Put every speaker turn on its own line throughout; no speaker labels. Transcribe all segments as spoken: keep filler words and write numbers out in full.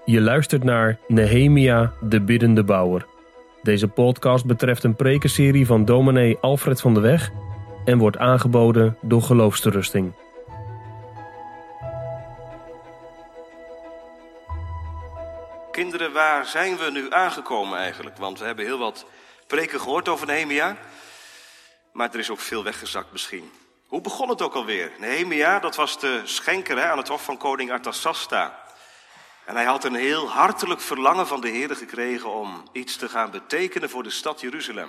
Je luistert naar Nehemia, de biddende bouwer. Deze podcast betreft een prekenserie van dominee Alfred van de Weg en wordt aangeboden door Geloofsterusting.
Kinderen, waar zijn we nu aangekomen eigenlijk? Want we hebben heel wat preken gehoord over Nehemia, maar er is ook veel weggezakt misschien. Hoe begon het ook alweer? Nehemia, dat was de schenker hè, aan het hof van koning Artasasta. En hij had een heel hartelijk verlangen van de Heere gekregen om iets te gaan betekenen voor de stad Jeruzalem.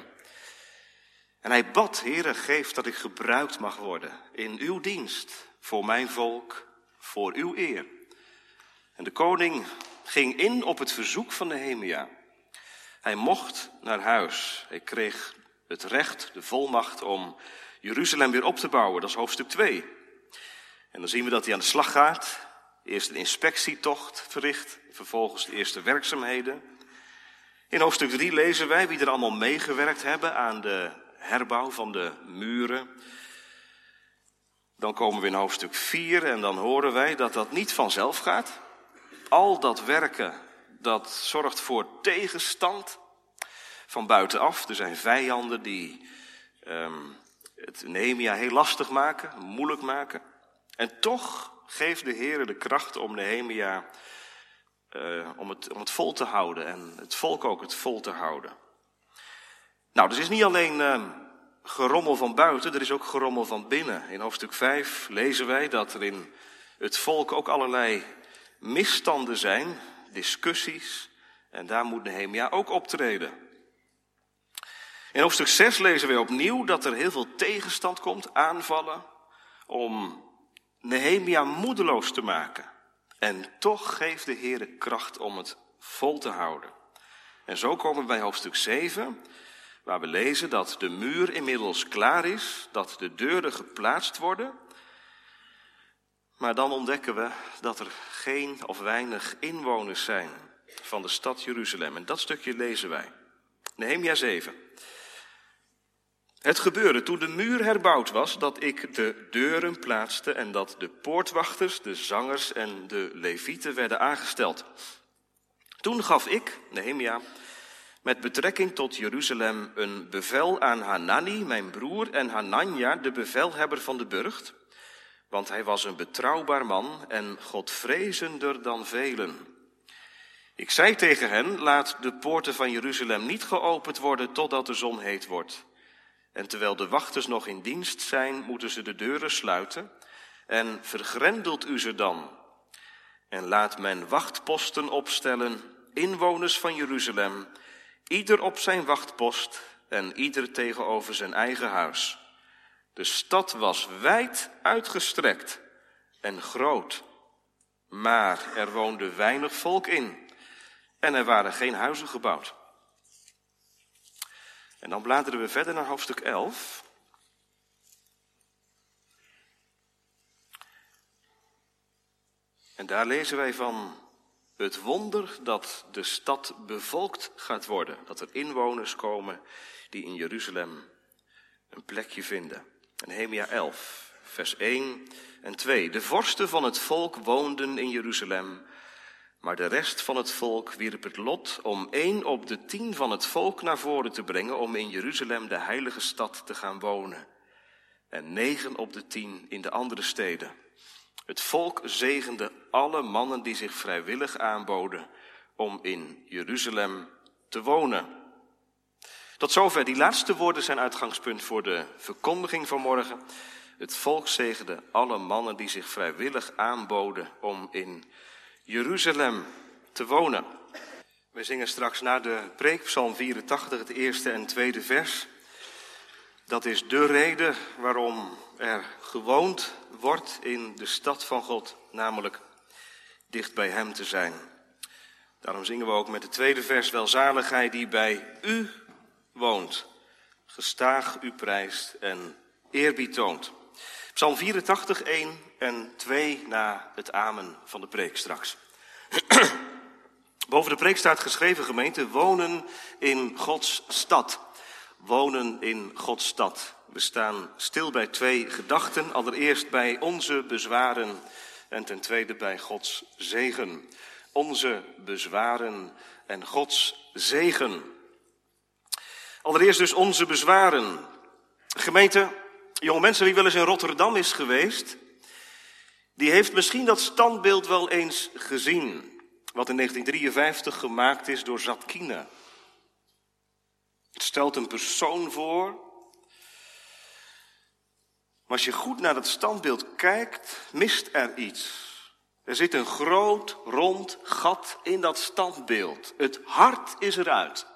En hij bad, Heere, geef dat ik gebruikt mag worden in uw dienst, voor mijn volk, voor uw eer. En de koning ging in op het verzoek van Nehemia. Hij mocht naar huis. Hij kreeg het recht, de volmacht om Jeruzalem weer op te bouwen. Dat is hoofdstuk twee. En dan zien we dat hij aan de slag gaat. Eerst een inspectietocht verricht, vervolgens de eerste werkzaamheden. In hoofdstuk drie lezen wij wie er allemaal meegewerkt hebben aan de herbouw van de muren. Dan komen we in hoofdstuk vier en dan horen wij dat dat niet vanzelf gaat. Al dat werken, dat zorgt voor tegenstand van buitenaf. Er zijn vijanden die um, het Nehemia heel lastig maken, moeilijk maken. En toch geeft de Heere de kracht om Nehemia, uh, om, het, om het vol te houden en het volk ook het vol te houden. Nou, dus is niet alleen uh, gerommel van buiten, er is ook gerommel van binnen. In hoofdstuk vijf lezen wij dat er in het volk ook allerlei misstanden zijn, discussies, en daar moet Nehemia ook optreden. In hoofdstuk zes lezen wij opnieuw dat er heel veel tegenstand komt, aanvallen, om Nehemia moedeloos te maken. En toch geeft de Heere kracht om het vol te houden. En zo komen we bij hoofdstuk zeven, waar we lezen dat de muur inmiddels klaar is, dat de deuren geplaatst worden. Maar dan ontdekken we dat er geen of weinig inwoners zijn van de stad Jeruzalem. En dat stukje lezen wij. Nehemia zeven. Het gebeurde toen de muur herbouwd was, dat ik de deuren plaatste en dat de poortwachters, de zangers en de levieten werden aangesteld. Toen gaf ik, Nehemia, met betrekking tot Jeruzalem een bevel aan Hanani, mijn broer, en Hananja, de bevelhebber van de burcht. Want hij was een betrouwbaar man en godvrezender dan velen. Ik zei tegen hen, laat de poorten van Jeruzalem niet geopend worden totdat de zon heet wordt. En terwijl de wachters nog in dienst zijn, moeten ze de deuren sluiten. En vergrendelt u ze dan. En laat men wachtposten opstellen, inwoners van Jeruzalem, ieder op zijn wachtpost en ieder tegenover zijn eigen huis. De stad was wijd uitgestrekt en groot, maar er woonde weinig volk in en er waren geen huizen gebouwd. En dan bladeren we verder naar hoofdstuk elf. En daar lezen wij van het wonder dat de stad bevolkt gaat worden. Dat er inwoners komen die in Jeruzalem een plekje vinden. Nehemia elf, vers één en twee. De vorsten van het volk woonden in Jeruzalem, maar de rest van het volk wierp het lot om één op de tien van het volk naar voren te brengen om in Jeruzalem, de heilige stad, te gaan wonen. En negen op de tien in de andere steden. Het volk zegende alle mannen die zich vrijwillig aanboden om in Jeruzalem te wonen. Tot zover, die laatste woorden zijn uitgangspunt voor de verkondiging van morgen. Het volk zegende alle mannen die zich vrijwillig aanboden om in Jeruzalem te wonen. We zingen straks na de preek Psalm vierentachtig het eerste en tweede vers. Dat is de reden waarom er gewoond wordt in de stad van God, namelijk dicht bij hem te zijn. Daarom zingen we ook met de tweede vers, welzalig hij die bij u woont, gestaag u prijst en eerbied toont. Psalm vierentachtig, één en twee na het amen van de preek straks. Boven de preek staat geschreven, gemeente, wonen in Gods stad. Wonen in Gods stad. We staan stil bij twee gedachten. Allereerst bij onze bezwaren en ten tweede bij Gods zegen. onze bezwaren en Gods zegen. Allereerst dus onze bezwaren. Gemeente, jonge mensen, wie wel eens in Rotterdam is geweest, die heeft misschien dat standbeeld wel eens gezien, wat in negentien drieënvijftig gemaakt is door Zadkine. Het stelt een persoon voor. Maar als je goed naar dat standbeeld kijkt, mist er iets. Er zit een groot, rond gat in dat standbeeld. Het hart is eruit.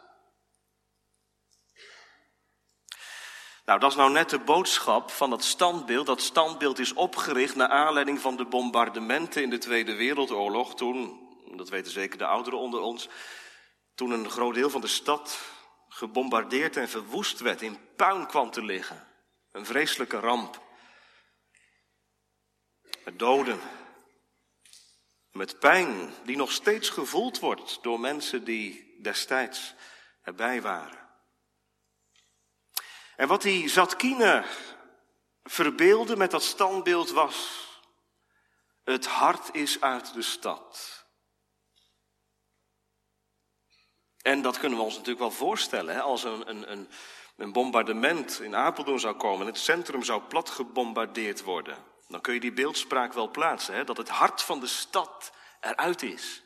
Nou, dat is nou net de boodschap van dat standbeeld. Dat standbeeld is opgericht naar aanleiding van de bombardementen in de Tweede Wereldoorlog. Toen, dat weten zeker de ouderen onder ons, toen een groot deel van de stad gebombardeerd en verwoest werd, in puin kwam te liggen. Een vreselijke ramp. Met doden. Met pijn die nog steeds gevoeld wordt door mensen die destijds erbij waren. En wat die Zadkine verbeelde met dat standbeeld was: het hart is uit de stad. En dat kunnen we ons natuurlijk wel voorstellen, hè? Als een, een, een, een bombardement in Apeldoorn zou komen en het centrum zou plat gebombardeerd worden. Dan kun je die beeldspraak wel plaatsen, hè? Dat het hart van de stad eruit is.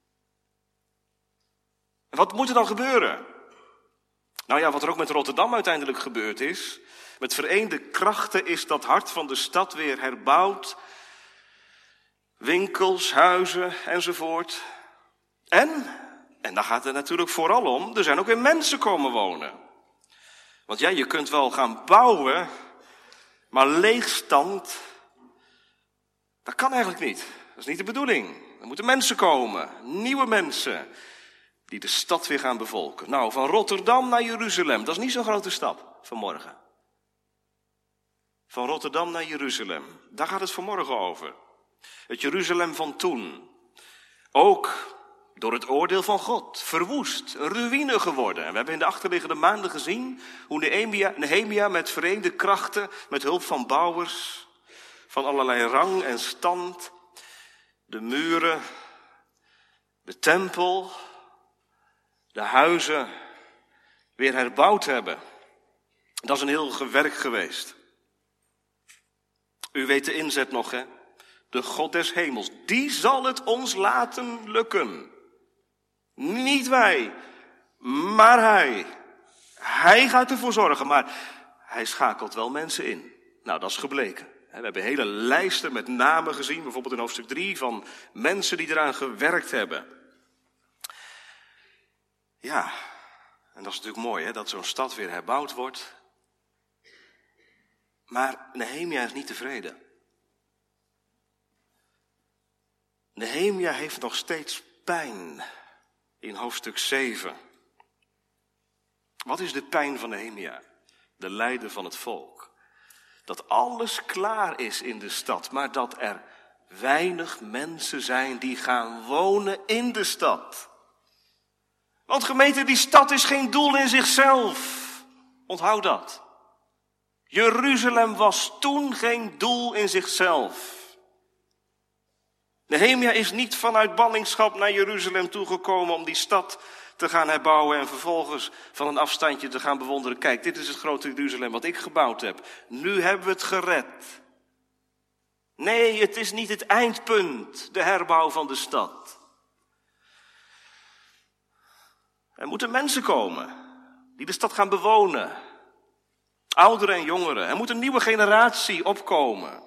En wat moet er dan gebeuren? Nou ja, wat er ook met Rotterdam uiteindelijk gebeurd is. Met vereende krachten is dat hart van de stad weer herbouwd. Winkels, huizen enzovoort. En, en daar gaat het natuurlijk vooral om, er zijn ook weer mensen komen wonen. Want ja, je kunt wel gaan bouwen, maar leegstand, dat kan eigenlijk niet. Dat is niet de bedoeling. Er moeten mensen komen, nieuwe mensen, die de stad weer gaan bevolken. Nou, van Rotterdam naar Jeruzalem, dat is niet zo'n grote stap vanmorgen. Van Rotterdam naar Jeruzalem, daar gaat het vanmorgen over. Het Jeruzalem van toen. Ook door het oordeel van God, verwoest, een ruïne geworden. En we hebben in de achterliggende maanden gezien hoe Nehemia, Nehemia met vereende krachten, met hulp van bouwers, van allerlei rang en stand, de muren, de tempel, de huizen weer herbouwd hebben. Dat is een heel werk geweest. U weet de inzet nog, hè? De God des hemels, die zal het ons laten lukken. Niet wij, maar hij. Hij gaat ervoor zorgen, maar hij schakelt wel mensen in. Nou, dat is gebleken. We hebben hele lijsten met namen gezien, bijvoorbeeld in hoofdstuk drie, van mensen die eraan gewerkt hebben. Ja, en dat is natuurlijk mooi, hè, dat zo'n stad weer herbouwd wordt. Maar Nehemia is niet tevreden. Nehemia heeft nog steeds pijn in hoofdstuk zeven. Wat is de pijn van Nehemia? De lijden van het volk. Dat alles klaar is in de stad, maar dat er weinig mensen zijn die gaan wonen in de stad. Want gemeente, die stad is geen doel in zichzelf. Onthoud dat. Jeruzalem was toen geen doel in zichzelf. Nehemia is niet vanuit ballingschap naar Jeruzalem toegekomen om die stad te gaan herbouwen en vervolgens van een afstandje te gaan bewonderen. Kijk, dit is het grote Jeruzalem wat ik gebouwd heb. Nu hebben we het gered. Nee, het is niet het eindpunt, de herbouw van de stad. Er moeten mensen komen die de stad gaan bewonen. Ouderen en jongeren. Er moet een nieuwe generatie opkomen.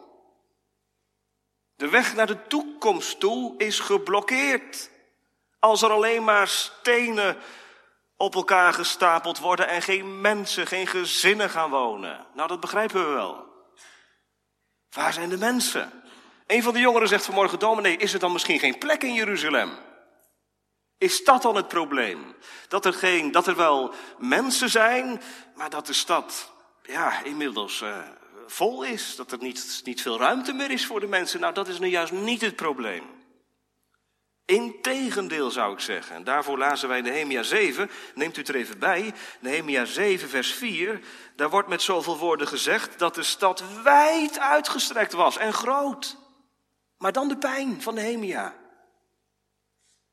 De weg naar de toekomst toe is geblokkeerd. Als er alleen maar stenen op elkaar gestapeld worden en geen mensen, geen gezinnen gaan wonen. Nou, dat begrijpen we wel. Waar zijn de mensen? Een van de jongeren zegt vanmorgen: dominee, is er dan misschien geen plek in Jeruzalem? Is dat dan het probleem? Dat er, geen, dat er wel mensen zijn, maar dat de stad ja, inmiddels uh, vol is. Dat er niet, niet veel ruimte meer is voor de mensen. Nou, dat is nu juist niet het probleem. Integendeel zou ik zeggen. En daarvoor lazen wij Nehemia zeven. Neemt u het er even bij. Nehemia zeven vers vier. Daar wordt met zoveel woorden gezegd dat de stad wijd uitgestrekt was en groot. Maar dan de pijn van Nehemia.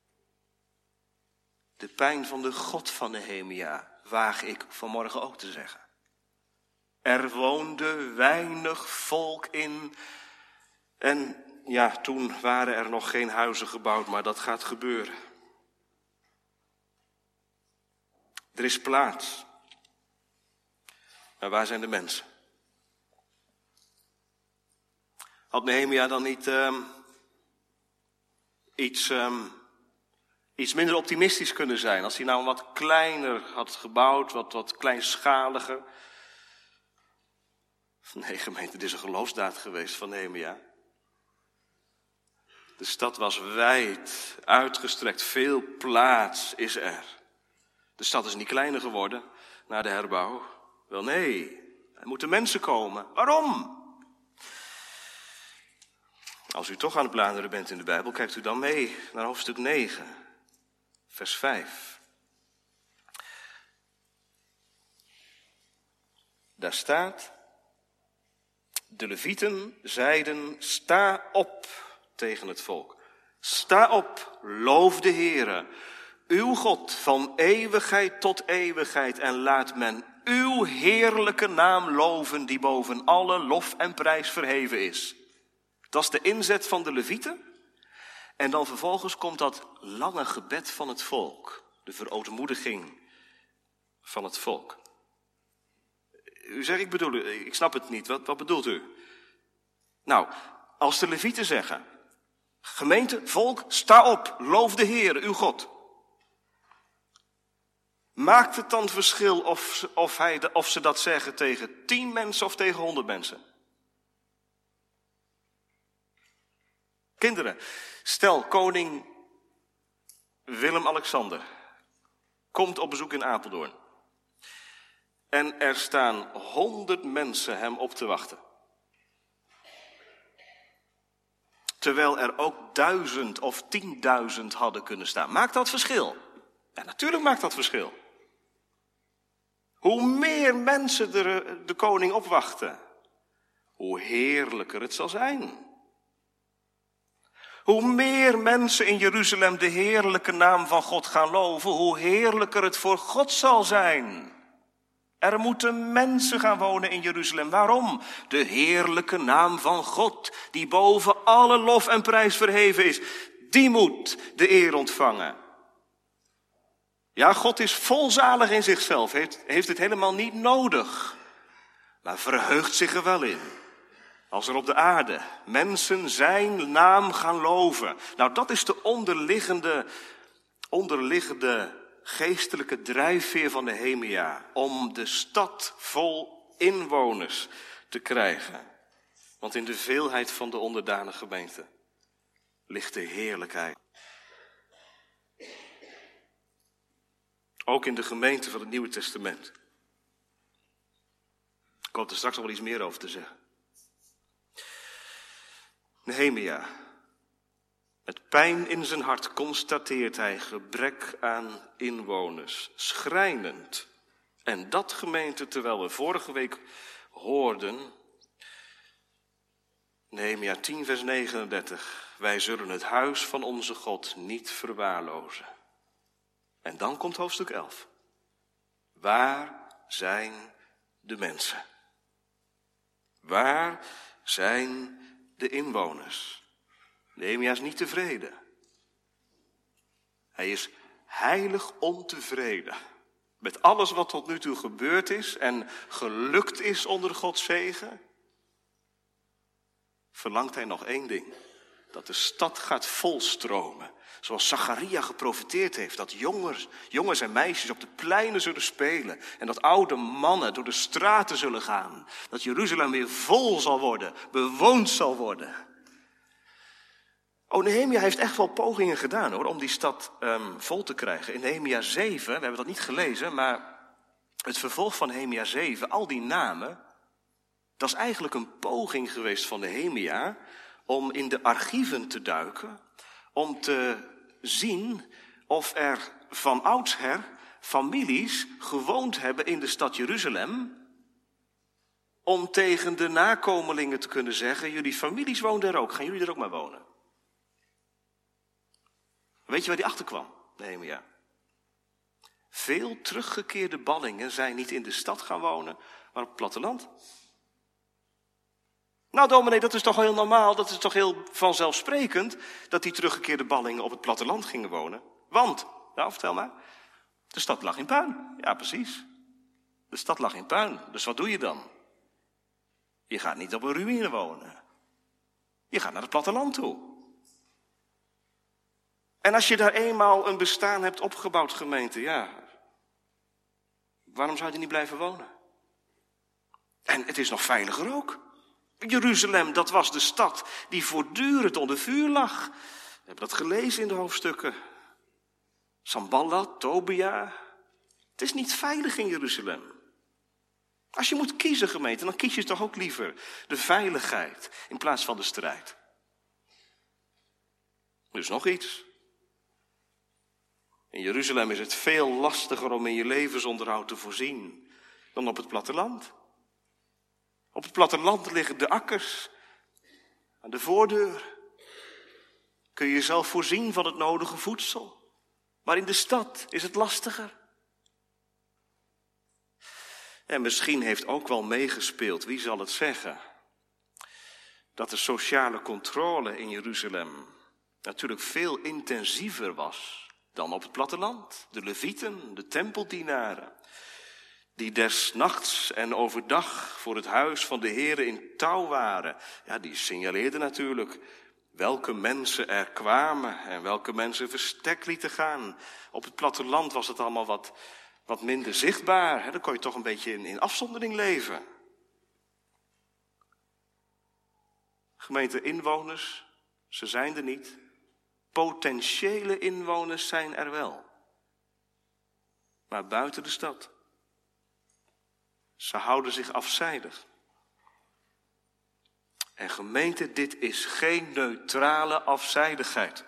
De pijn van de God van Nehemia waag ik vanmorgen ook te zeggen. Er woonde weinig volk in. En ja, toen waren er nog geen huizen gebouwd, maar dat gaat gebeuren. Er is plaats. Maar waar zijn de mensen? Had Nehemia dan niet um, iets, um, iets minder optimistisch kunnen zijn? Als hij nou wat kleiner had gebouwd, wat, wat kleinschaliger. Nee, gemeente, dit is een geloofsdaad geweest van Nehemia. De stad was wijd, uitgestrekt, veel plaats is er. De stad is niet kleiner geworden na de herbouw. Wel nee, er moeten mensen komen. Waarom? Als u toch aan het bladeren bent in de Bijbel, kijkt u dan mee naar hoofdstuk negen, vers vijf. Daar staat: de Levieten zeiden, sta op tegen het volk. Sta op, loof de Heere, uw God van eeuwigheid tot eeuwigheid, en laat men uw heerlijke naam loven die boven alle lof en prijs verheven is. Dat is de inzet van de Levieten. En dan vervolgens komt dat lange gebed van het volk. De verootmoediging van het volk. U zegt, ik bedoel, ik snap het niet. Wat, wat bedoelt u? Nou, als de Levieten zeggen, gemeente, volk, sta op, loof de Heer, uw God. Maakt het dan verschil of, of, hij, of ze dat zeggen tegen tien mensen of tegen honderd mensen? Kinderen, stel koning Willem-Alexander komt op bezoek in Apeldoorn. En er staan honderd mensen hem op te wachten. Terwijl er ook duizend of tienduizend hadden kunnen staan. Maakt dat verschil? Ja, natuurlijk maakt dat verschil. Hoe meer mensen de, de koning opwachten, hoe heerlijker het zal zijn. Hoe meer mensen in Jeruzalem de heerlijke naam van God gaan loven, hoe heerlijker het voor God zal zijn. Er moeten mensen gaan wonen in Jeruzalem. Waarom? De heerlijke naam van God, die boven alle lof en prijs verheven is, die moet de eer ontvangen. Ja, God is volzalig in zichzelf, heeft, heeft het helemaal niet nodig, maar verheugt zich er wel in. Als er op de aarde mensen zijn naam gaan loven. Nou, dat is de onderliggende, onderliggende geestelijke drijfveer van Nehemia. Om de stad vol inwoners te krijgen. Want in de veelheid van de onderdanige gemeente ligt de heerlijkheid. Ook in de gemeente van het Nieuwe Testament. Ik hoop er straks nog wel iets meer over te zeggen. Nehemia, met pijn in zijn hart constateert hij gebrek aan inwoners, schrijnend. En dat, gemeente, terwijl we vorige week hoorden, Nehemia tien vers negenendertig, wij zullen het huis van onze God niet verwaarlozen. En dan komt hoofdstuk elf. Waar zijn de mensen? Waar zijn de inwoners? Nehemia is niet tevreden. Hij is heilig ontevreden met alles wat tot nu toe gebeurd is en gelukt is onder Gods zegen. Verlangt hij nog één ding: dat de stad gaat volstromen. Zoals Zacharia geprofeteerd heeft, dat jongens, jongens en meisjes op de pleinen zullen spelen. En dat oude mannen door de straten zullen gaan. Dat Jeruzalem weer vol zal worden, bewoond zal worden. Oh, Nehemia heeft echt wel pogingen gedaan hoor, om die stad um, vol te krijgen. In Nehemia zeven, we hebben dat niet gelezen, maar het vervolg van Nehemia zeven, al die namen, dat is eigenlijk een poging geweest van Nehemia om in de archieven te duiken, om te zien of er van oudsher families gewoond hebben in de stad Jeruzalem, om tegen de nakomelingen te kunnen zeggen, jullie families woonden er ook, gaan jullie er ook maar wonen. Weet je waar die achter kwam, Nehemia? Veel teruggekeerde ballingen zijn niet in de stad gaan wonen, maar op het platteland. Nou dominee, dat is toch heel normaal, dat is toch heel vanzelfsprekend dat die teruggekeerde ballingen op het platteland gingen wonen. Want, nou vertel maar, de stad lag in puin. Ja, precies. De stad lag in puin. Dus wat doe je dan? Je gaat niet op een ruïne wonen. Je gaat naar het platteland toe. En als je daar eenmaal een bestaan hebt opgebouwd, gemeente, ja, waarom zou je niet blijven wonen? En het is nog veiliger ook. Jeruzalem, dat was de stad die voortdurend onder vuur lag. We hebben dat gelezen in de hoofdstukken. Sanballat, Tobia. Het is niet veilig in Jeruzalem. Als je moet kiezen, gemeente, dan kies je toch ook liever de veiligheid in plaats van de strijd. Dus nog iets. In Jeruzalem is het veel lastiger om in je levensonderhoud te voorzien dan op het platteland. Op het platteland liggen de akkers aan de voordeur. Kun je jezelf voorzien van het nodige voedsel. Maar in de stad is het lastiger. En misschien heeft ook wel meegespeeld, wie zal het zeggen, dat de sociale controle in Jeruzalem natuurlijk veel intensiever was dan op het platteland. De levieten, de tempeldienaren, die des nachts en overdag voor het huis van de Here in touw waren, ja, die signaleerden natuurlijk welke mensen er kwamen en welke mensen verstek lieten gaan. Op het platteland was het allemaal wat, wat minder zichtbaar. Hè? Dan kon je toch een beetje in, in afzondering leven. Gemeente inwoners, ze zijn er niet. Potentiële inwoners zijn er wel. Maar buiten de stad. Ze houden zich afzijdig. En gemeente, dit is geen neutrale afzijdigheid.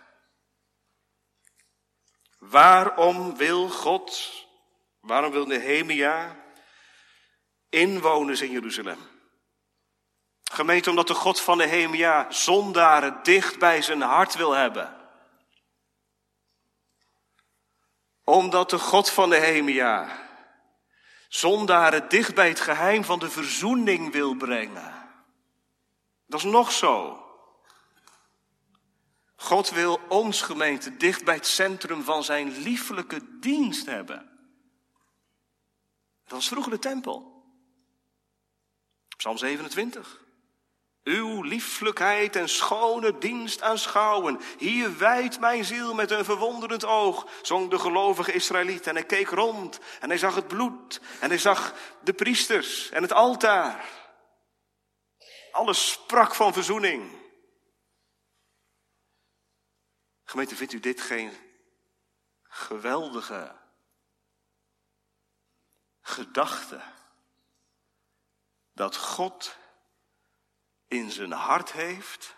Waarom wil God, waarom wil Nehemia inwoners in Jeruzalem? Gemeente, omdat de God van Nehemia zondaren dicht bij zijn hart wil hebben. Omdat de God van Nehemia zondaren dicht bij het geheim van de verzoening wil brengen. Dat is nog zo. God wil ons, gemeente, dicht bij het centrum van zijn liefelijke dienst hebben. Dat was vroeger de tempel. Psalm zevenentwintig. Uw lieflijkheid en schone dienst aanschouwen. Hier wijdt mijn ziel met een verwonderend oog, zong de gelovige Israëliet. En hij keek rond en hij zag het bloed en hij zag de priesters en het altaar. Alles sprak van verzoening. Gemeente, vindt u dit geen geweldige gedachte? Dat God in zijn hart heeft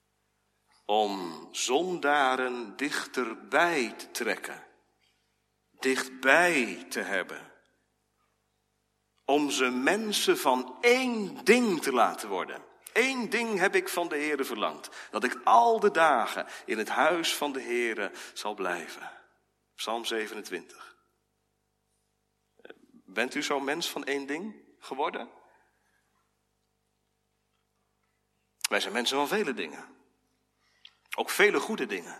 om zondaren dichterbij te trekken. Dichtbij te hebben. Om ze mensen van één ding te laten worden. Eén ding heb ik van de Heere verlangd. Dat ik al de dagen in het huis van de Heere zal blijven. Psalm zevenentwintig. Bent u zo'n mens van één ding geworden? Wij zijn mensen van vele dingen. Ook vele goede dingen.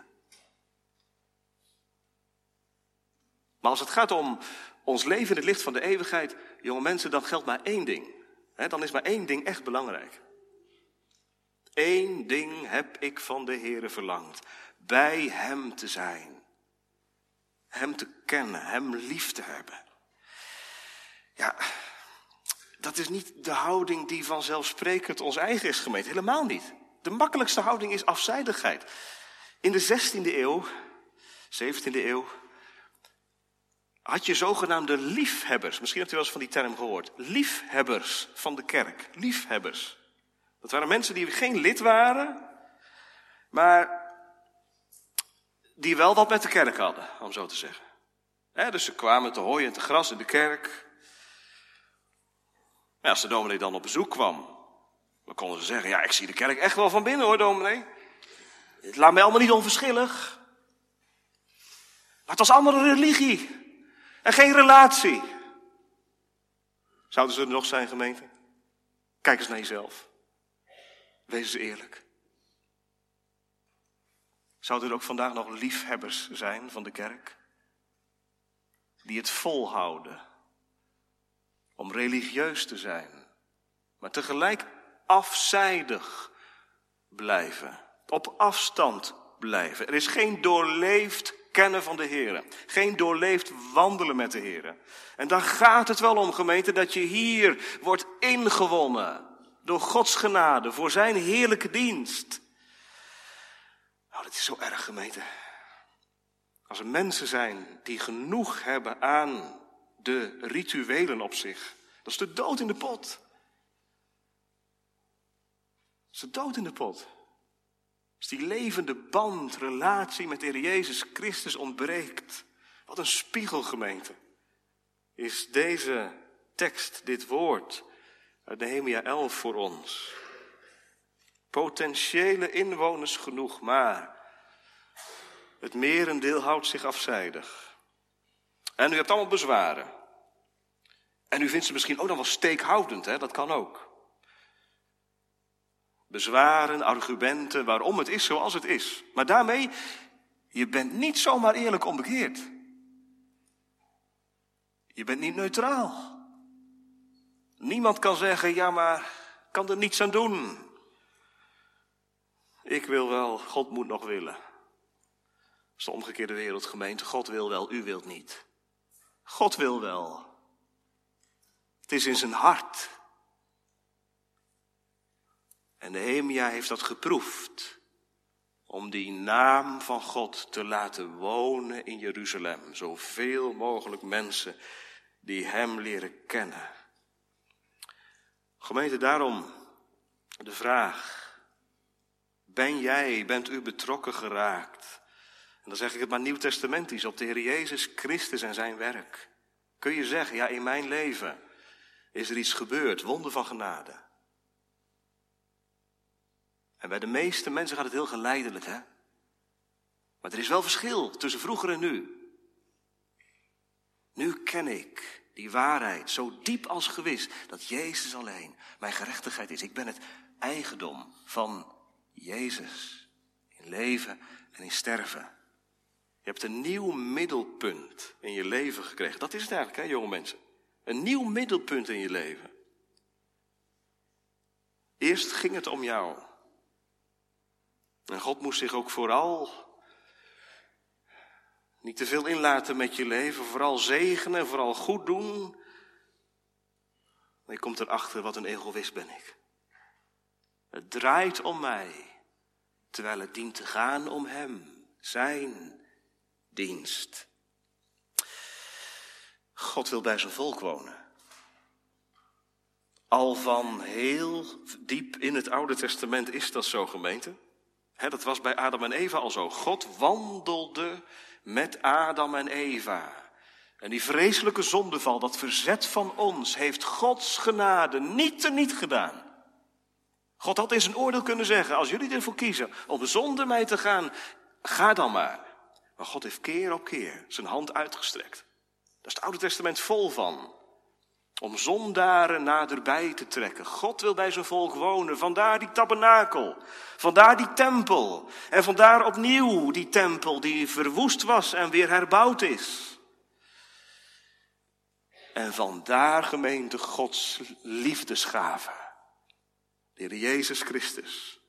Maar als het gaat om ons leven in het licht van de eeuwigheid, jonge mensen, dan geldt maar één ding. He, dan is maar één ding echt belangrijk. Eén ding heb ik van de Heere verlangd. Bij hem te zijn. Hem te kennen, hem lief te hebben. Ja, dat is niet de houding die vanzelfsprekend ons eigen is, gemeente. Helemaal niet. De makkelijkste houding is afzijdigheid. In de zestiende eeuw, zeventiende eeuw, had je zogenaamde liefhebbers. Misschien hebt u wel eens van die term gehoord. Liefhebbers van de kerk. Liefhebbers. Dat waren mensen die geen lid waren, maar die wel wat met de kerk hadden, om zo te zeggen. He, dus ze kwamen te hooi en te gras in de kerk. Maar als de dominee dan op bezoek kwam, dan konden ze zeggen, ja, ik zie de kerk echt wel van binnen hoor, dominee. Het laat mij allemaal niet onverschillig. Maar het was allemaal een religie. En geen relatie. Zouden ze er nog zijn, gemeente? Kijk eens naar jezelf. Wees eens eerlijk. Zouden er ook vandaag nog liefhebbers zijn van de kerk? Die het volhouden om religieus te zijn, maar tegelijk afzijdig blijven. Op afstand blijven. Er is geen doorleefd kennen van de Heer. Geen doorleefd wandelen met de Heer. En daar gaat het wel om, gemeente, dat je hier wordt ingewonnen door Gods genade voor zijn heerlijke dienst. Nou, dat is zo erg, gemeente. Als er mensen zijn die genoeg hebben aan de rituelen op zich. Dat is de dood in de pot. Dat is de dood in de pot. Als die levende band, relatie met de Heer Jezus Christus ontbreekt. Wat een spiegel, gemeente. Is deze tekst, dit woord uit Nehemia elf voor ons. Potentiële inwoners genoeg, maar het merendeel houdt zich afzijdig. En u hebt allemaal bezwaren. En u vindt ze misschien ook nog wel steekhoudend, hè? Dat kan ook. Bezwaren, argumenten, waarom het is zoals het is. Maar daarmee, je bent niet zomaar eerlijk onbekeerd. Je bent niet neutraal. Niemand kan zeggen, ja maar, kan er niets aan doen. Ik wil wel, God moet nog willen. Dat is de omgekeerde wereld, gemeente. God wil wel, u wilt niet. God wil wel. Het is in zijn hart. En Nehemia heeft dat geproefd. Om die naam van God te laten wonen in Jeruzalem. Zoveel mogelijk mensen die hem leren kennen. Gemeente, daarom de vraag. Ben jij, bent u betrokken geraakt? En dan zeg ik het maar nieuwtestamentisch op de Heer Jezus Christus en zijn werk. Kun je zeggen, ja, in mijn leven is er iets gebeurd, wonder van genade. En bij de meeste mensen gaat het heel geleidelijk, hè? Maar er is wel verschil tussen vroeger en nu. Nu ken ik die waarheid zo diep als gewis, dat Jezus alleen mijn gerechtigheid is. Ik ben het eigendom van Jezus. In leven en in sterven. Je hebt een nieuw middelpunt in je leven gekregen. Dat is het eigenlijk, hè, jonge mensen. Een nieuw middelpunt in je leven. Eerst ging het om jou. En God moest zich ook vooral niet te veel inlaten met je leven. Vooral zegenen, vooral goed doen. Maar je komt erachter, wat een egoïst ben ik. Het draait om mij. Terwijl het dient te gaan om hem. Zijn dienst. God wil bij zijn volk wonen. Al van heel diep in het Oude Testament is dat zo, gemeente. He, dat was bij Adam en Eva al zo. God wandelde met Adam en Eva. En die vreselijke zondeval, dat verzet van ons, heeft Gods genade niet teniet gedaan. God had in zijn oordeel kunnen zeggen, als jullie ervoor kiezen om zonder mij te gaan, ga dan maar. Maar God heeft keer op keer zijn hand uitgestrekt. Daar is het Oude Testament vol van. Om zondaren naderbij te trekken. God wil bij zijn volk wonen. Vandaar die tabernakel. Vandaar die tempel. En vandaar opnieuw die tempel die verwoest was en weer herbouwd is. En vandaar, gemeente, Gods liefdesgave. De Heer Jezus Christus.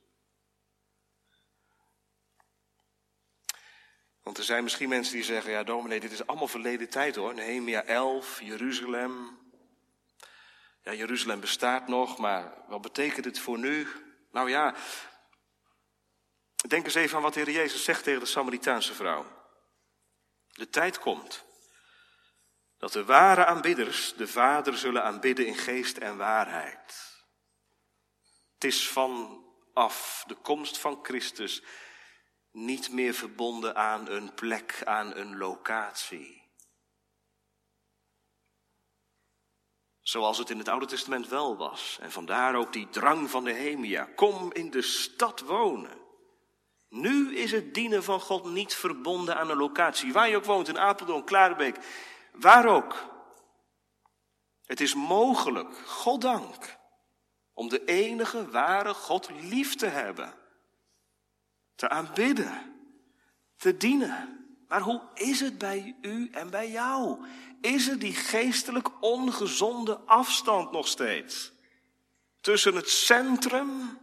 Want er zijn misschien mensen die zeggen, ja dominee, dit is allemaal verleden tijd hoor. Nehemia elf, Jeruzalem. Ja, Jeruzalem bestaat nog, maar wat betekent het voor nu? Nou ja, denk eens even aan wat de Heer Jezus zegt tegen de Samaritaanse vrouw. De tijd komt dat de ware aanbidders de Vader zullen aanbidden in geest en waarheid. Het is vanaf de komst van Christus niet meer verbonden aan een plek, aan een locatie. Zoals het in het Oude Testament wel was. En vandaar ook die drang van Nehemia. Kom in de stad wonen. Nu is het dienen van God niet verbonden aan een locatie. Waar je ook woont, in Apeldoorn, Klaarbeek. Waar ook. Het is mogelijk, goddank, om de enige ware God lief te hebben. Te aanbidden. Te dienen. Maar hoe is het bij u en bij jou? Is er die geestelijk ongezonde afstand nog steeds? Tussen het centrum,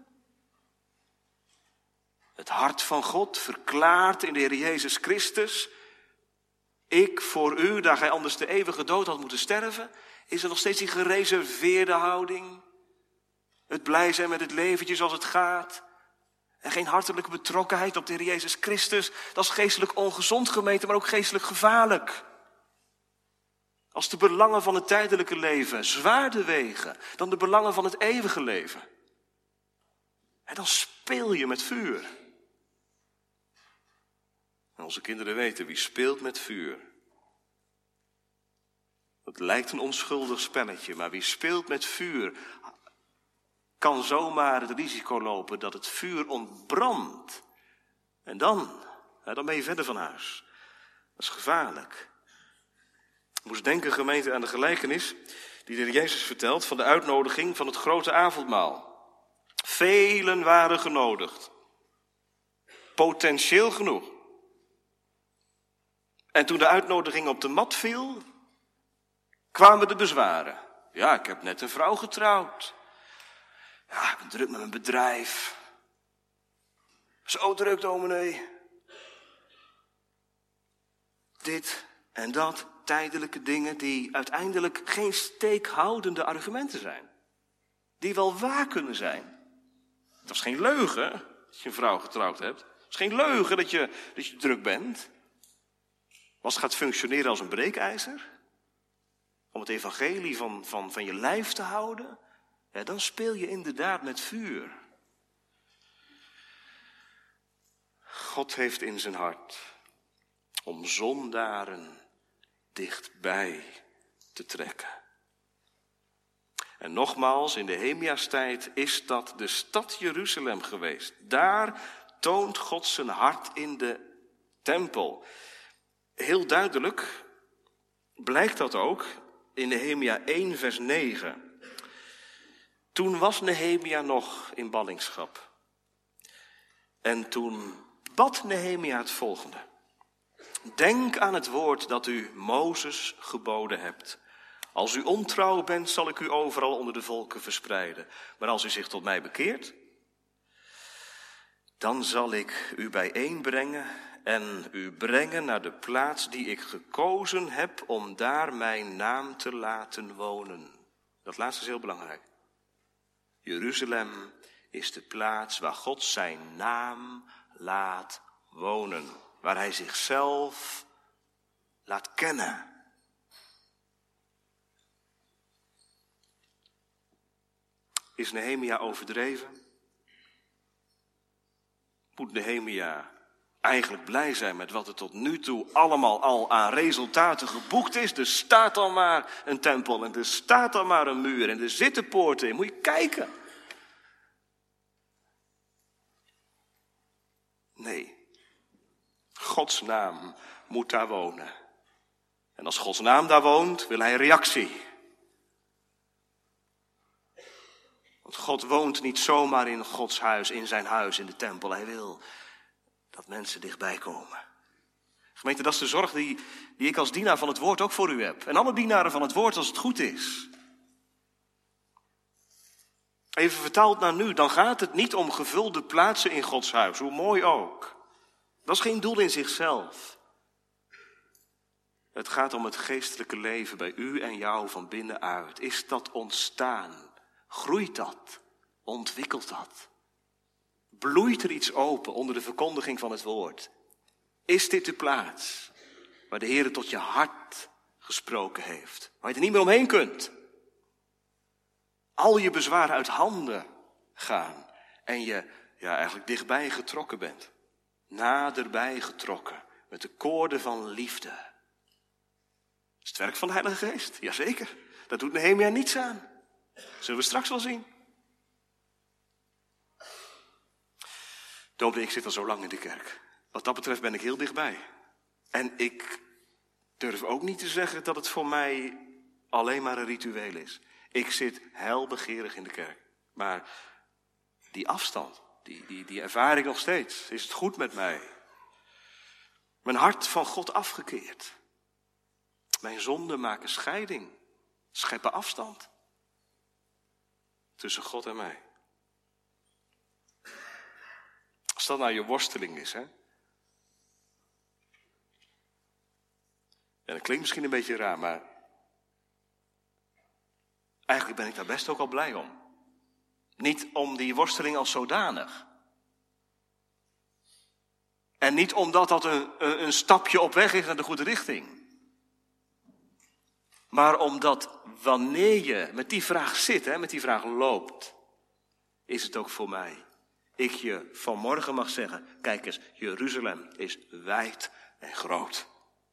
het hart van God, verklaard in de Heer Jezus Christus. Ik voor u, daar gij anders de eeuwige dood had moeten sterven. Is er nog steeds die gereserveerde houding? Het blij zijn met het leventje zoals het gaat. En geen hartelijke betrokkenheid op de Heer Jezus Christus. Dat is geestelijk ongezond gemeten, maar ook geestelijk gevaarlijk. Als de belangen van het tijdelijke leven zwaarder wegen dan de belangen van het eeuwige leven. En dan speel je met vuur. En onze kinderen weten, wie speelt met vuur. Het lijkt een onschuldig spelletje, maar wie speelt met vuur kan zomaar het risico lopen dat het vuur ontbrandt. En dan, ja, dan ben je verder van huis. Dat is gevaarlijk. Ik moest denken, gemeente, aan de gelijkenis die de Heer Jezus vertelt van de uitnodiging van het grote avondmaal. Velen waren genodigd. Potentieel genoeg. En toen de uitnodiging op de mat viel, kwamen de bezwaren. Ja, ik heb net een vrouw getrouwd. Ja, ik ben druk met mijn bedrijf. Zo druk, dominee. Dit en dat, tijdelijke dingen die uiteindelijk geen steekhoudende argumenten zijn. Die wel waar kunnen zijn. Het was geen leugen dat je een vrouw getrouwd hebt. Het is geen leugen dat je, dat je druk bent. Als het gaat functioneren als een breekijzer. Om het evangelie van, van, van je lijf te houden. Ja, dan speel je inderdaad met vuur. God heeft in zijn hart om zondaren dichtbij te trekken. En nogmaals, in de Nehemiastijd is dat de stad Jeruzalem geweest. Daar toont God zijn hart in de tempel. Heel duidelijk blijkt dat ook in Nehemia één vers negen. Toen was Nehemia nog in ballingschap. En toen bad Nehemia het volgende. Denk aan het woord dat u Mozes geboden hebt. Als u ontrouw bent, zal ik u overal onder de volken verspreiden. Maar als u zich tot mij bekeert, dan zal ik u bijeenbrengen en u brengen naar de plaats die ik gekozen heb om daar mijn naam te laten wonen. Dat laatste is heel belangrijk. Jeruzalem is de plaats waar God zijn naam laat wonen. Waar hij zichzelf laat kennen. Is Nehemia overdreven? Moet Nehemia eigenlijk blij zijn met wat er tot nu toe allemaal al aan resultaten geboekt is? Er staat al maar een tempel en er staat al maar een muur en er zitten poorten in. Moet je kijken. Nee, Gods naam moet daar wonen. En als Gods naam daar woont, wil hij reactie. Want God woont niet zomaar in Gods huis, in zijn huis, in de tempel. Hij wil dat mensen dichtbij komen. Gemeente, dat is de zorg die, die ik als dienaar van het woord ook voor u heb. En alle dienaren van het woord als het goed is. Even vertaald naar nu, dan gaat het niet om gevulde plaatsen in Gods huis, hoe mooi ook. Dat is geen doel in zichzelf. Het gaat om het geestelijke leven bij u en jou van binnenuit. Is dat ontstaan? Groeit dat? Ontwikkelt dat? Bloeit er iets open onder de verkondiging van het woord? Is dit de plaats waar de Heer tot je hart gesproken heeft? Waar je er niet meer omheen kunt? Al je bezwaren uit handen gaan en je ja, eigenlijk dichtbij getrokken bent. Naderbij getrokken met de koorden van liefde. Is het werk van de Heilige Geest? Jazeker, daar doet Nehemia niets aan. Zullen we straks wel zien. Dominee, ik zit al zo lang in de kerk. Wat dat betreft ben ik heel dichtbij. En ik durf ook niet te zeggen dat het voor mij alleen maar een ritueel is. Ik zit heilbegeerig in de kerk. Maar die afstand, die, die, die ervaar ik nog steeds. Is het goed met mij? Mijn hart van God afgekeerd. Mijn zonden maken scheiding. Scheppen afstand. Tussen God en mij. Als dat nou je worsteling is, hè. En dat klinkt misschien een beetje raar, maar eigenlijk ben ik daar best ook al blij om. Niet om die worsteling als zodanig. En niet omdat dat een, een, een stapje op weg is naar de goede richting. Maar omdat wanneer je met die vraag zit, hè, met die vraag loopt, is het ook voor mij. Ik je vanmorgen mag zeggen, kijk eens, Jeruzalem is wijd en groot.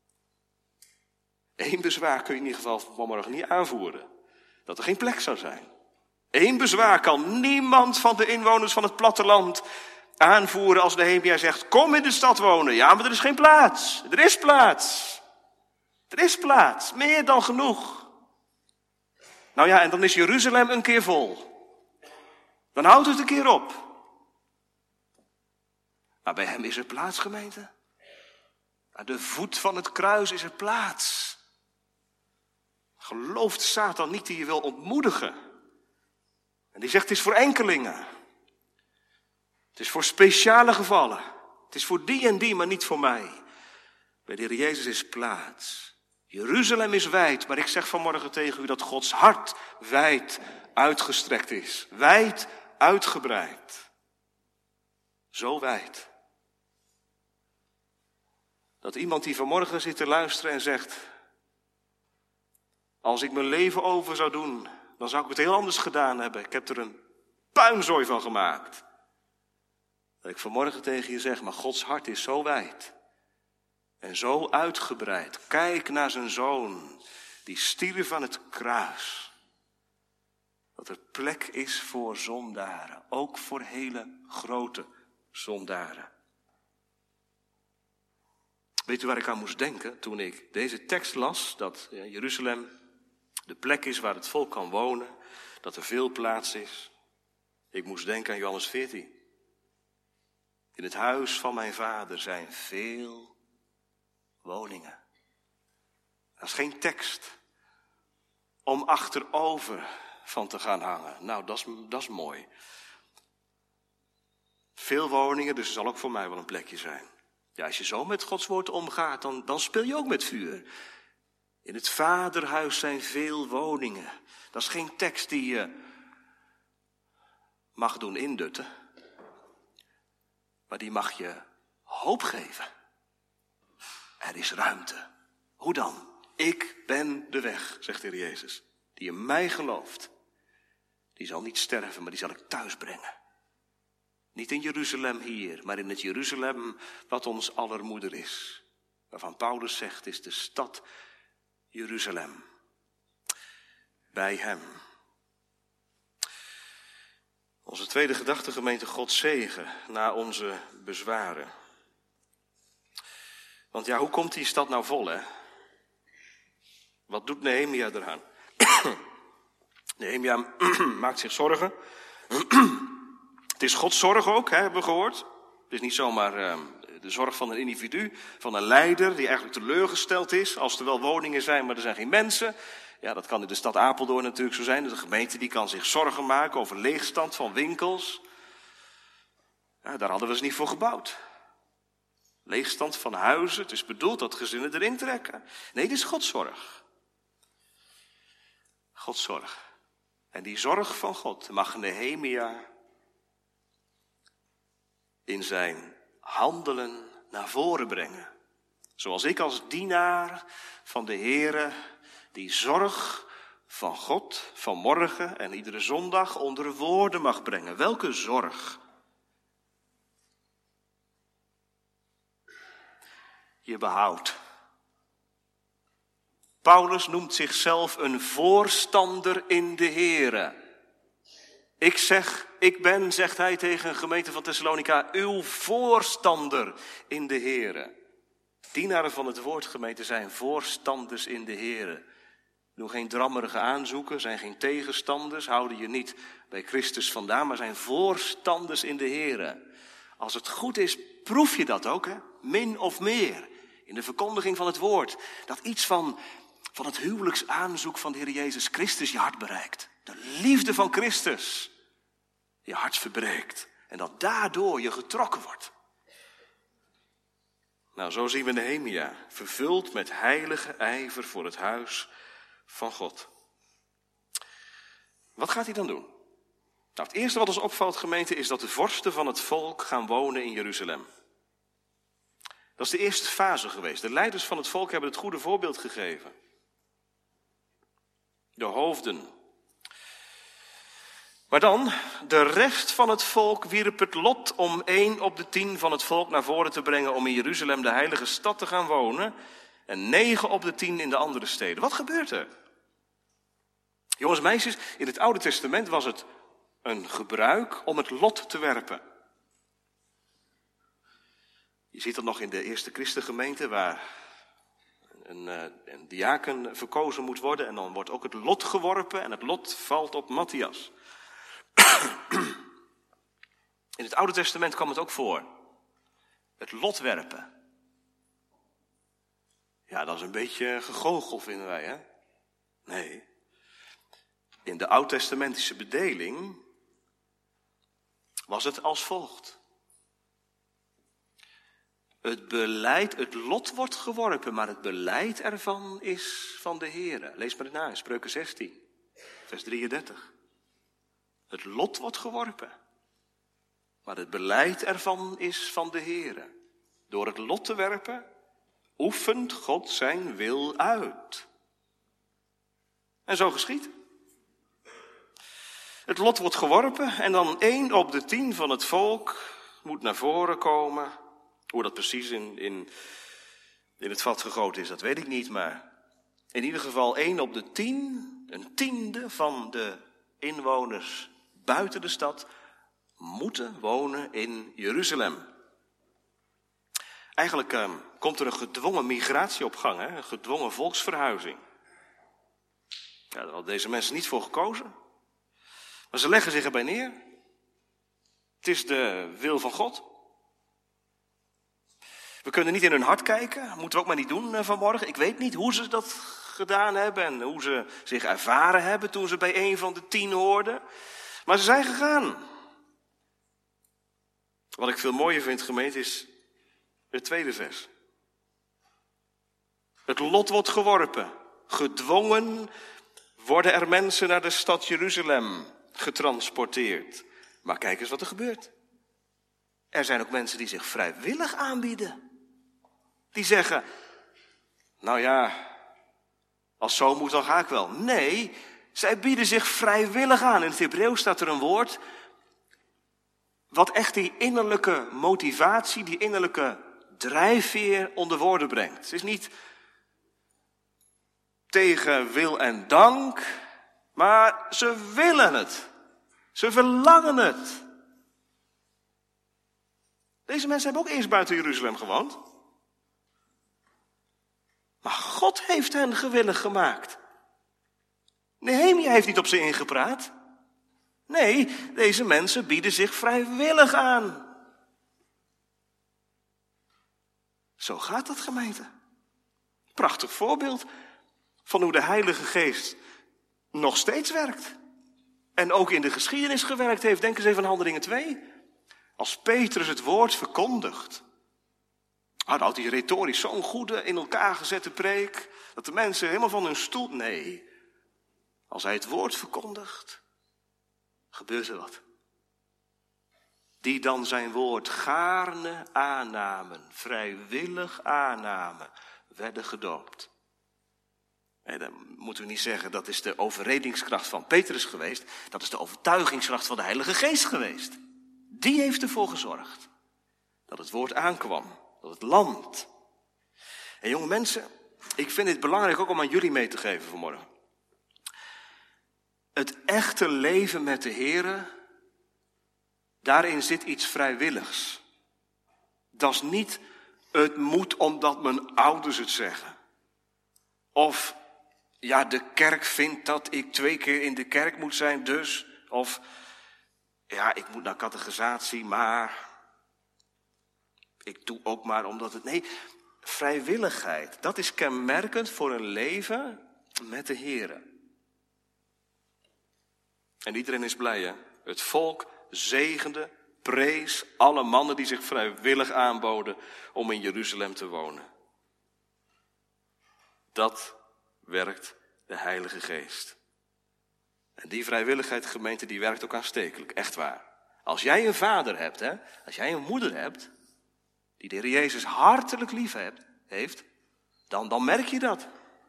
Eén bezwaar kun je in ieder geval vanmorgen niet aanvoeren. Dat er geen plek zou zijn. Eén bezwaar kan niemand van de inwoners van het platteland aanvoeren als Nehemia zegt, kom in de stad wonen. Ja, maar er is geen plaats. Er is plaats. Er is plaats. Meer dan genoeg. Nou ja, en dan is Jeruzalem een keer vol. Dan houdt het een keer op. Maar bij hem is er plaats, gemeente. Aan de voet van het kruis is er plaats. Gelooft Satan niet die je wil ontmoedigen. En die zegt, het is voor enkelingen. Het is voor speciale gevallen. Het is voor die en die, maar niet voor mij. Bij de Heer Jezus is plaats. Jeruzalem is wijd, maar ik zeg vanmorgen tegen u dat Gods hart wijd uitgestrekt is. Wijd uitgebreid. Zo wijd. Dat iemand die vanmorgen zit te luisteren en zegt, als ik mijn leven over zou doen, dan zou ik het heel anders gedaan hebben. Ik heb er een puinzooi van gemaakt. Dat ik vanmorgen tegen je zeg, maar Gods hart is zo wijd. En zo uitgebreid. Kijk naar zijn zoon, die stierf aan het kruis. Dat er plek is voor zondaren, ook voor hele grote zondaren. Weet u waar ik aan moest denken toen ik deze tekst las? Dat Jeruzalem de plek is waar het volk kan wonen. Dat er veel plaats is. Ik moest denken aan Johannes veertien. In het huis van mijn vader zijn veel woningen. Dat is geen tekst om achterover van te gaan hangen. Nou, dat is, dat is mooi. Veel woningen, dus er zal ook voor mij wel een plekje zijn. Ja, als je zo met Gods woord omgaat, dan, dan speel je ook met vuur. In het vaderhuis zijn veel woningen. Dat is geen tekst die je mag doen indutten. Maar die mag je hoop geven. Er is ruimte. Hoe dan? Ik ben de weg, zegt de Heer Jezus. Die in mij gelooft. Die zal niet sterven, maar die zal ik thuis brengen. Niet in Jeruzalem hier, maar in het Jeruzalem wat ons aller moeder is. Waarvan Paulus zegt, is de stad Jeruzalem. Bij hem. Onze tweede gedachte, gemeente, God zegen na onze bezwaren. Want ja, hoe komt die stad nou vol, hè? Wat doet Nehemia eraan? Nehemia maakt zich zorgen. Het is Gods zorg ook, hè, hebben we gehoord. Het is niet zomaar uh, de zorg van een individu, van een leider die eigenlijk teleurgesteld is. Als er wel woningen zijn, maar er zijn geen mensen. Ja, dat kan in de stad Apeldoorn natuurlijk zo zijn. De gemeente die kan zich zorgen maken over leegstand van winkels. Ja, daar hadden we ze niet voor gebouwd. Leegstand van huizen. Het is bedoeld dat gezinnen erin trekken. Nee, dit is Gods zorg. Gods zorg. En die zorg van God mag Nehemia in zijn handelen naar voren brengen. Zoals ik als dienaar van de Heere die zorg van God vanmorgen en iedere zondag onder woorden mag brengen. Welke zorg? Je behoud. Paulus noemt zichzelf een voorstander in de Heere. Ik zeg, ik ben, zegt hij tegen een gemeente van Thessalonica, uw voorstander in de Heere. Dienaren van het woord, gemeente, zijn voorstanders in de Here. Doen geen drammerige aanzoeken, zijn geen tegenstanders, houden je niet bij Christus vandaan, maar zijn voorstanders in de Here. Als het goed is, proef je dat ook, hè? Min of meer. In de verkondiging van het woord. Dat iets van, van het huwelijksaanzoek van de Heer Jezus Christus je hart bereikt. De liefde van Christus je hart verbreekt. En dat daardoor je getrokken wordt. Nou, zo zien we Nehemia, vervuld met heilige ijver voor het huis van God. Wat gaat hij dan doen? Nou, het eerste wat ons opvalt, gemeente, is dat de vorsten van het volk gaan wonen in Jeruzalem. Dat is de eerste fase geweest. De leiders van het volk hebben het goede voorbeeld gegeven. De hoofden. Maar dan, de rest van het volk wierp het lot om één op de tien van het volk naar voren te brengen om in Jeruzalem, de heilige stad, te gaan wonen. En negen op de tien in de andere steden. Wat gebeurt er? Jongens en meisjes, in het Oude Testament was het een gebruik om het lot te werpen. Je ziet dat nog in de eerste christengemeente waar een, een diaken verkozen moet worden. En dan wordt ook het lot geworpen en het lot valt op Matthias. In het Oude Testament kwam het ook voor. Het lot werpen. Ja, dat is een beetje gegoochel, vinden wij, hè? Nee. In de oud-testamentische bedeling was het als volgt. Het beleid, het lot wordt geworpen, maar het beleid ervan is van de Heere. Lees maar na in Spreuken zestien, vers drieëndertig. Het lot wordt geworpen, maar het beleid ervan is van de Heere. Door het lot te werpen, oefent God zijn wil uit. En zo geschiet. Het lot wordt geworpen en dan één op de tien van het volk moet naar voren komen. Hoe dat precies in, in, in het vat gegoten is, dat weet ik niet. Maar in ieder geval één op de tien, een tiende van de inwoners buiten de stad, moeten wonen in Jeruzalem. Eigenlijk eh, komt er een gedwongen migratie op gang, hè? Een gedwongen volksverhuizing. Ja, daar hadden deze mensen niet voor gekozen. Maar ze leggen zich erbij neer. Het is de wil van God. We kunnen niet in hun hart kijken. Moeten we ook maar niet doen uh, vanmorgen. Ik weet niet hoe ze dat gedaan hebben en hoe ze zich ervaren hebben toen ze bij een van de tien hoorden. Maar ze zijn gegaan. Wat ik veel mooier vind, gemeente, is het tweede vers. Het lot wordt geworpen. Gedwongen worden er mensen naar de stad Jeruzalem getransporteerd. Maar kijk eens wat er gebeurt. Er zijn ook mensen die zich vrijwillig aanbieden. Die zeggen, nou ja, als zo moet dan ga ik wel. Nee, zij bieden zich vrijwillig aan. In het Hebreeuws staat er een woord wat echt die innerlijke motivatie, die innerlijke drijfveer onder woorden brengt. Het is niet tegen wil en dank, maar ze willen het. Ze verlangen het. Deze mensen hebben ook eerst buiten Jeruzalem gewoond. Maar God heeft hen gewillig gemaakt. Nehemia heeft niet op ze ingepraat. Nee, deze mensen bieden zich vrijwillig aan. Zo gaat dat, gemeente. Prachtig voorbeeld van hoe de Heilige Geest nog steeds werkt. En ook in de geschiedenis gewerkt heeft. Denk eens even aan Handelingen twee. Als Petrus het woord verkondigt. Oh, dan houdt hij retorisch zo'n goede in elkaar gezette preek. Dat de mensen helemaal van hun stoel... Nee, als hij het woord verkondigt, gebeurt er wat. Die dan zijn woord gaarne aannamen, vrijwillig aannamen, werden gedoopt. Nee, dan moeten we niet zeggen, dat is de overredingskracht van Petrus geweest. Dat is de overtuigingskracht van de Heilige Geest geweest. Die heeft ervoor gezorgd dat het woord aankwam, dat het landt. En jonge mensen, ik vind het belangrijk ook om aan jullie mee te geven vanmorgen. Het echte leven met de Here, daarin zit iets vrijwilligs. Dat is niet Het moet omdat mijn ouders het zeggen. Of, ja, de kerk vindt dat ik twee keer in de kerk moet zijn, dus. Of, ja, ik moet naar catechisatie, maar ik doe ook maar omdat het... Nee, vrijwilligheid, dat is kenmerkend voor een leven met de Here. En iedereen is blij, hè? Het volk zegende, prees alle mannen die zich vrijwillig aanboden om in Jeruzalem te wonen. Dat werkt de Heilige Geest. En die vrijwilligheid, gemeente, die werkt ook aanstekelijk, echt waar. Als jij een vader hebt, hè, als jij een moeder hebt, die de Heer Jezus hartelijk lief hebt, heeft, dan, dan merk je dat.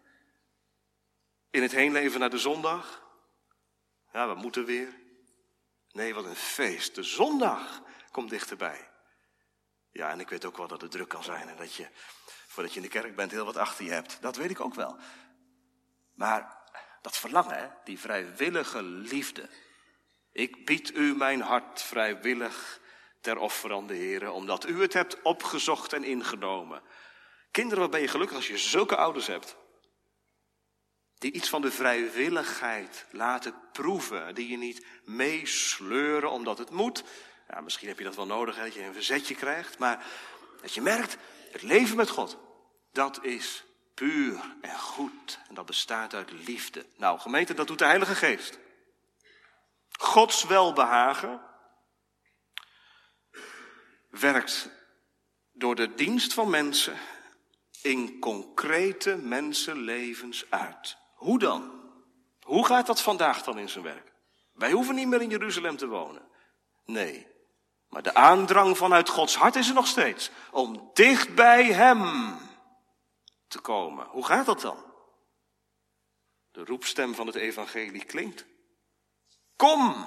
In het heenleven naar de zondag. Ja, we moeten weer. Nee, wat een feest. De zondag komt dichterbij. Ja, en ik weet ook wel dat het druk kan zijn en dat je, voordat je in de kerk bent, heel wat achter je hebt. Dat weet ik ook wel. Maar dat verlangen, hè, die vrijwillige liefde. Ik bied u mijn hart vrijwillig ter offer aan de Heere, omdat u het hebt opgezocht en ingenomen. Kinderen, wat ben je gelukkig als je zulke ouders hebt. Die iets van de vrijwilligheid laten proeven. Die je niet meesleuren omdat het moet. Ja, misschien heb je dat wel nodig, hè, dat je een verzetje krijgt. Maar dat je merkt, het leven met God, dat is puur en goed. En dat bestaat uit liefde. Nou, gemeente, dat doet de Heilige Geest. Gods welbehagen werkt door de dienst van mensen in concrete mensenlevens uit. Hoe dan? Hoe gaat dat vandaag dan in zijn werk? Wij hoeven niet meer in Jeruzalem te wonen. Nee, maar de aandrang vanuit Gods hart is er nog steeds. Om dicht bij Hem te komen. Hoe gaat dat dan? De roepstem van het evangelie klinkt. Kom!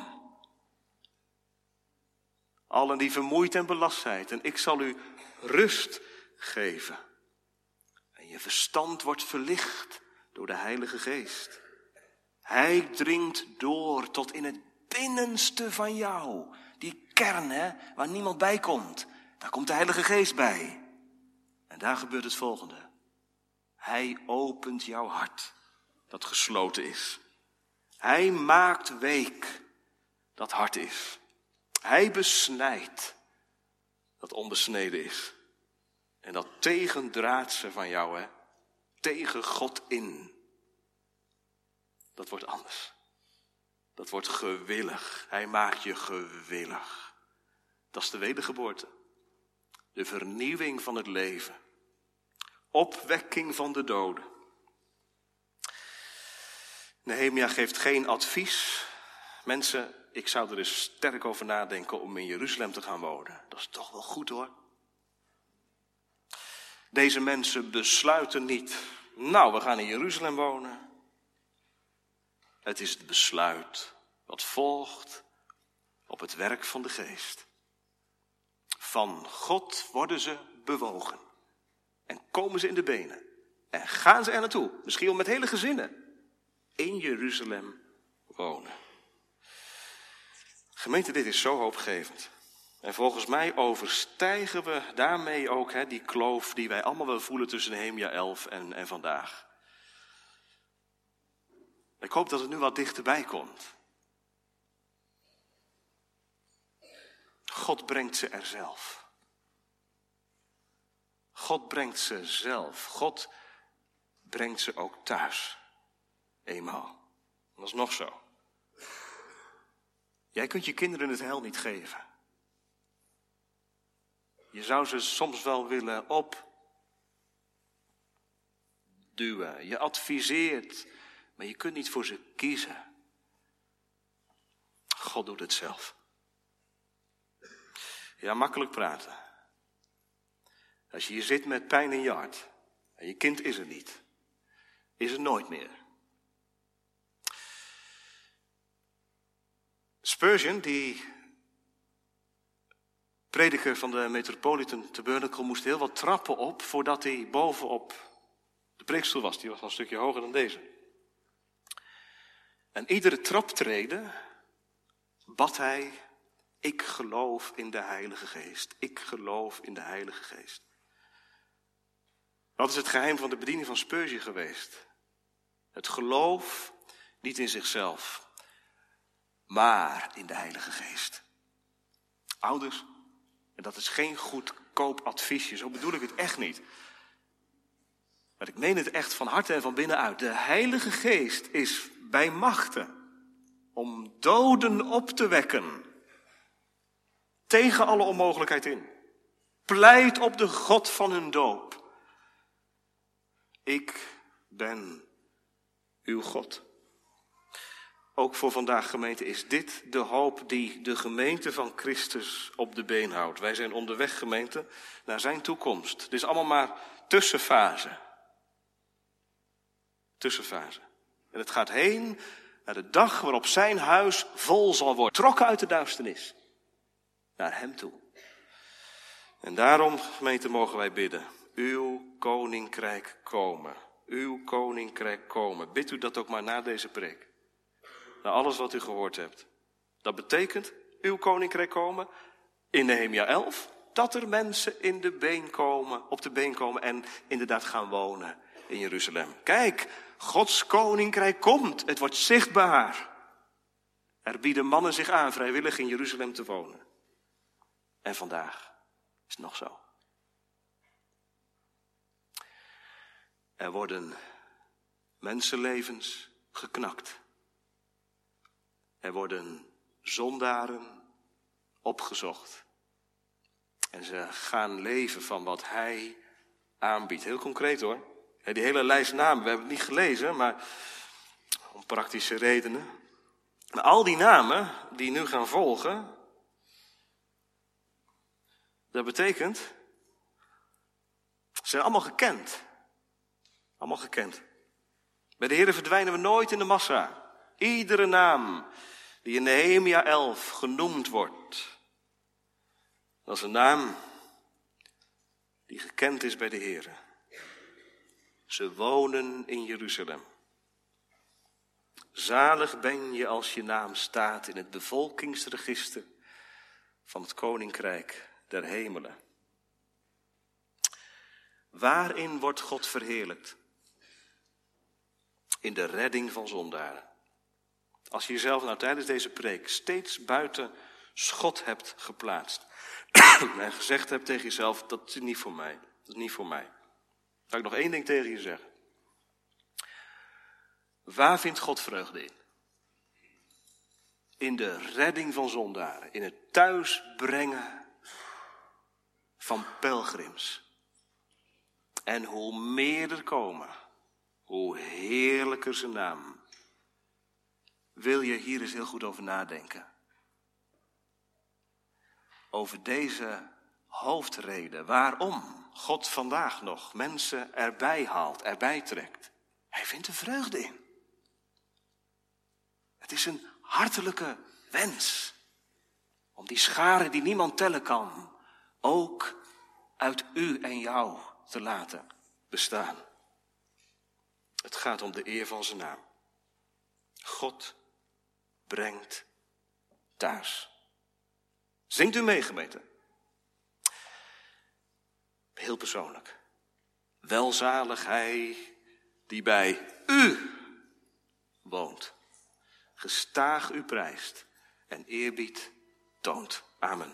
Allen die vermoeid en belast zijn, en ik zal u rust geven. En je verstand wordt verlicht door de Heilige Geest. Hij dringt door tot in het binnenste van jou. Die kern, hè, waar niemand bij komt. Daar komt de Heilige Geest bij. En daar gebeurt het volgende. Hij opent jouw hart, dat gesloten is. Hij maakt week, dat hard is. Hij besnijdt, dat onbesneden is. En dat tegendraadse van jou, hè, tegen God in. Dat wordt anders. Dat wordt gewillig. Hij maakt je gewillig. Dat is de wedergeboorte. De vernieuwing van het leven. Opwekking van de doden. Nehemia geeft geen advies. Mensen, ik zou er eens sterk over nadenken om in Jeruzalem te gaan wonen. Dat is toch wel goed, hoor. Deze mensen besluiten niet, nou, we gaan in Jeruzalem wonen. Het is het besluit wat volgt op het werk van de Geest. Van God worden ze bewogen. En komen ze in de benen. En gaan ze er naartoe. Misschien wel met hele gezinnen. In Jeruzalem wonen. Gemeente, dit is zo hoopgevend. En volgens mij overstijgen we daarmee ook hè, die kloof die wij allemaal wel voelen tussen Nehemia elf en, en vandaag. Ik hoop dat het nu wat dichterbij komt. God brengt ze er zelf. God brengt ze zelf. God brengt ze ook thuis. Eenmaal. Dat is nog zo. Jij kunt je kinderen het heil niet geven. Je zou ze soms wel willen opduwen. Je adviseert, maar je kunt niet voor ze kiezen. God doet het zelf. Ja, makkelijk praten. Als je hier zit met pijn in je hart en je kind is er niet, is er nooit meer. Spurgeon, die prediker van de Metropolitan Tabernacle, moest heel wat trappen op voordat hij bovenop de preekstoel was. Die was al een stukje hoger dan deze. En iedere traptreden bad hij, ik geloof in de Heilige Geest. Ik geloof in de Heilige Geest. Wat is het geheim van de bediening van Spurgeon geweest? Het geloof niet in zichzelf, maar in de Heilige Geest. Ouders, en dat is geen goedkoop adviesje, zo bedoel ik het echt niet. Maar ik meen het echt van harte en van binnenuit. De Heilige Geest is bij machten om doden op te wekken. Tegen alle onmogelijkheid in. Pleit op de God van hun doop. Ik ben uw God. Ook voor vandaag, gemeente, is dit de hoop die de gemeente van Christus op de been houdt. Wij zijn onderweg, gemeente, naar zijn toekomst. Het is allemaal maar tussenfase. Tussenfase. En het gaat heen naar de dag waarop zijn huis vol zal worden. Trokken uit de duisternis. Naar hem toe. En daarom, gemeente, mogen wij bidden. Uw koninkrijk komen. Uw koninkrijk komen. Bid u dat ook maar na deze preek. Na alles wat u gehoord hebt. Dat betekent, uw koninkrijk komen. In Nehemia elf. Dat er mensen in de been komen, op de been komen en inderdaad gaan wonen in Jeruzalem. Kijk, Gods koninkrijk komt. Het wordt zichtbaar. Er bieden mannen zich aan vrijwillig in Jeruzalem te wonen. En vandaag is het nog zo. Er worden mensenlevens geknakt. Er worden zondaren opgezocht. En ze gaan leven van wat hij aanbiedt. Heel concreet hoor. Die hele lijst namen, we hebben het niet gelezen, maar om praktische redenen. Maar al die namen die nu gaan volgen, dat betekent, ze zijn allemaal gekend. Allemaal gekend. Bij de Heere verdwijnen we nooit in de massa. Iedere naam die in Nehemia elf genoemd wordt, dat is een naam die gekend is bij de Heere. Ze wonen in Jeruzalem. Zalig ben je als je naam staat in het bevolkingsregister van het Koninkrijk der Hemelen. Waarin wordt God verheerlijkt? In de redding van zondaren. Als je jezelf nou tijdens deze preek steeds buiten schot hebt geplaatst en gezegd hebt tegen jezelf, dat is niet voor mij, dat is niet voor mij. Zal ik nog één ding tegen je zeggen? Waar vindt God vreugde in? In de redding van zondaren, in het thuisbrengen van pelgrims. En hoe meer er komen, hoe heerlijker zijn naam. Wil je hier eens heel goed over nadenken? Over deze hoofdreden, waarom God vandaag nog mensen erbij haalt, erbij trekt. Hij vindt er vreugde in. Het is een hartelijke wens om die scharen die niemand tellen kan, ook uit u en jou te laten bestaan. Het gaat om de eer van zijn naam. God brengt thuis. Zingt u mee, gemeente? Heel persoonlijk. Welzalig hij die bij u woont. Gestaag u prijst en eerbied toont. Amen.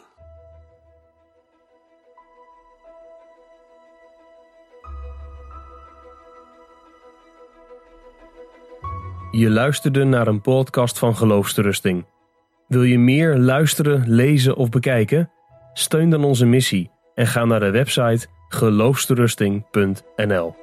Je luisterde naar een podcast van Geloofsterusting. Wil je meer luisteren, lezen of bekijken? Steun dan onze missie en ga naar de website geloofsterusting punt n l.